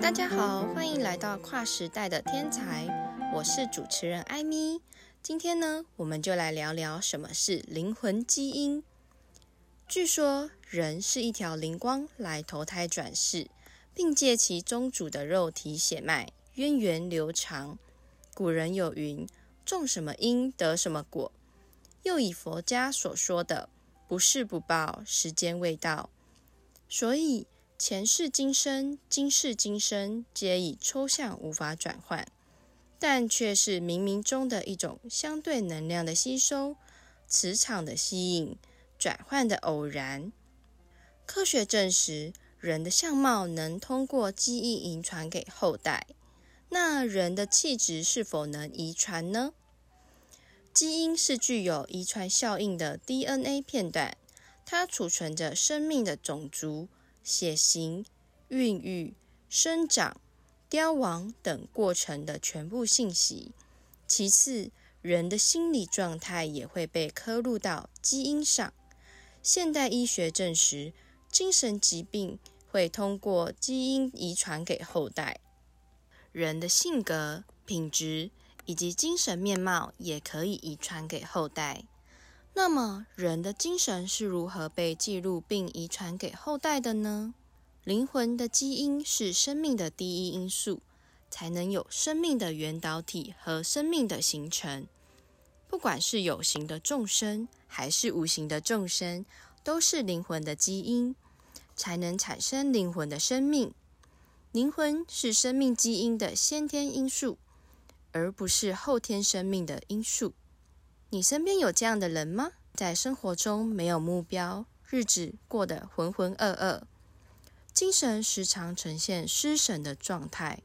大家好，欢迎来到跨时代的天才，我是主持人艾咪。今天呢，我们就来聊聊什么是灵魂基因。据说人是一条灵光来投胎转世，并借其宗主的肉体血脉源远流长。古人有云，种什么因得什么果，又以佛家所说的不是不报，时间未到，所以前世今生、今世今生皆以抽象无法转换，但却是冥冥中的一种相对能量的吸收、磁场的吸引、转换的偶然。科学证实，人的相貌能通过基因遗传给后代。那人的气质是否能遗传呢？基因是具有遗传效应的 DNA 片段，它储存着生命的种族、血型、孕育、生长、凋亡等过程的全部信息。其次，人的心理状态也会被刻录到基因上。现代医学证实，精神疾病会通过基因遗传给后代。人的性格、品质以及精神面貌也可以遗传给后代。那么，人的精神是如何被记录并遗传给后代的呢？灵魂的基因是生命的第一因素，才能有生命的原导体和生命的形成。不管是有形的众生，还是无形的众生，都是灵魂的基因，才能产生灵魂的生命。灵魂是生命基因的先天因素，而不是后天生命的因素。你身边有这样的人吗？在生活中没有目标，日子过得浑浑噩噩，精神时常呈现失神的状态。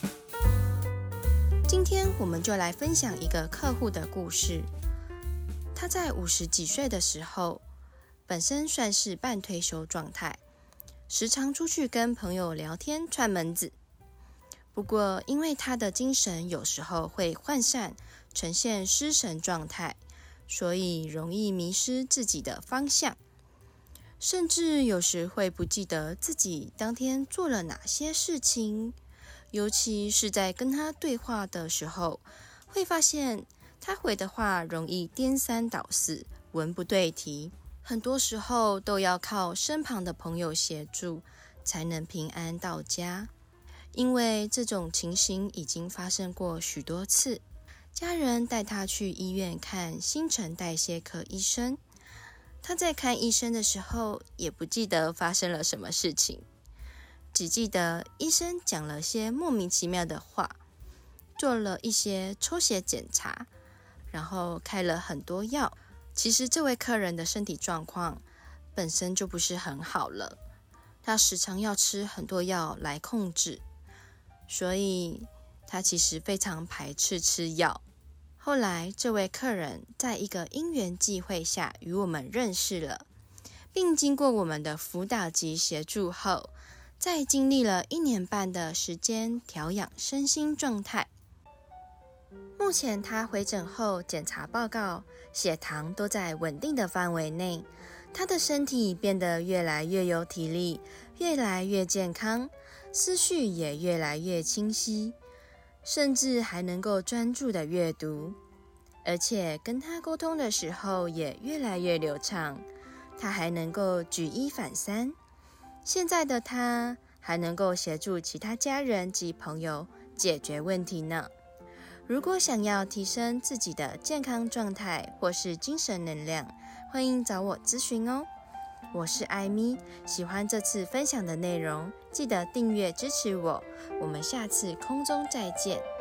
今天我们就来分享一个客户的故事。他在50几岁的时候，本身算是半退休状态，时常出去跟朋友聊天串门子。不过因为他的精神有时候会涣散，呈现失神状态，所以容易迷失自己的方向，甚至有时会不记得自己当天做了哪些事情。尤其是在跟他对话的时候，会发现他回的话容易颠三倒四，文不对题，很多时候都要靠身旁的朋友协助才能平安到家。因为这种情形已经发生过许多次，家人带他去医院看新陈代谢科医生。他在看医生的时候也不记得发生了什么事情，只记得医生讲了些莫名其妙的话，做了一些抽血检查，然后开了很多药。其实这位客人的身体状况本身就不是很好了，他时常要吃很多药来控制，所以他其实非常排斥吃药。后来这位客人在一个因缘际会下与我们认识了，并经过我们的辅导及协助后，在经历了1年半的时间调养身心状态。目前他回诊后检查报告，血糖都在稳定的范围内，他的身体变得越来越有体力，越来越健康，思绪也越来越清晰，甚至还能够专注的阅读，而且跟他沟通的时候也越来越流畅，他还能够举一反三。现在的他还能够协助其他家人及朋友解决问题呢。如果想要提升自己的健康状态或是精神能量，欢迎找我咨询哦。我是艾咪，喜欢这次分享的内容，记得订阅支持我。我们下次空中再见。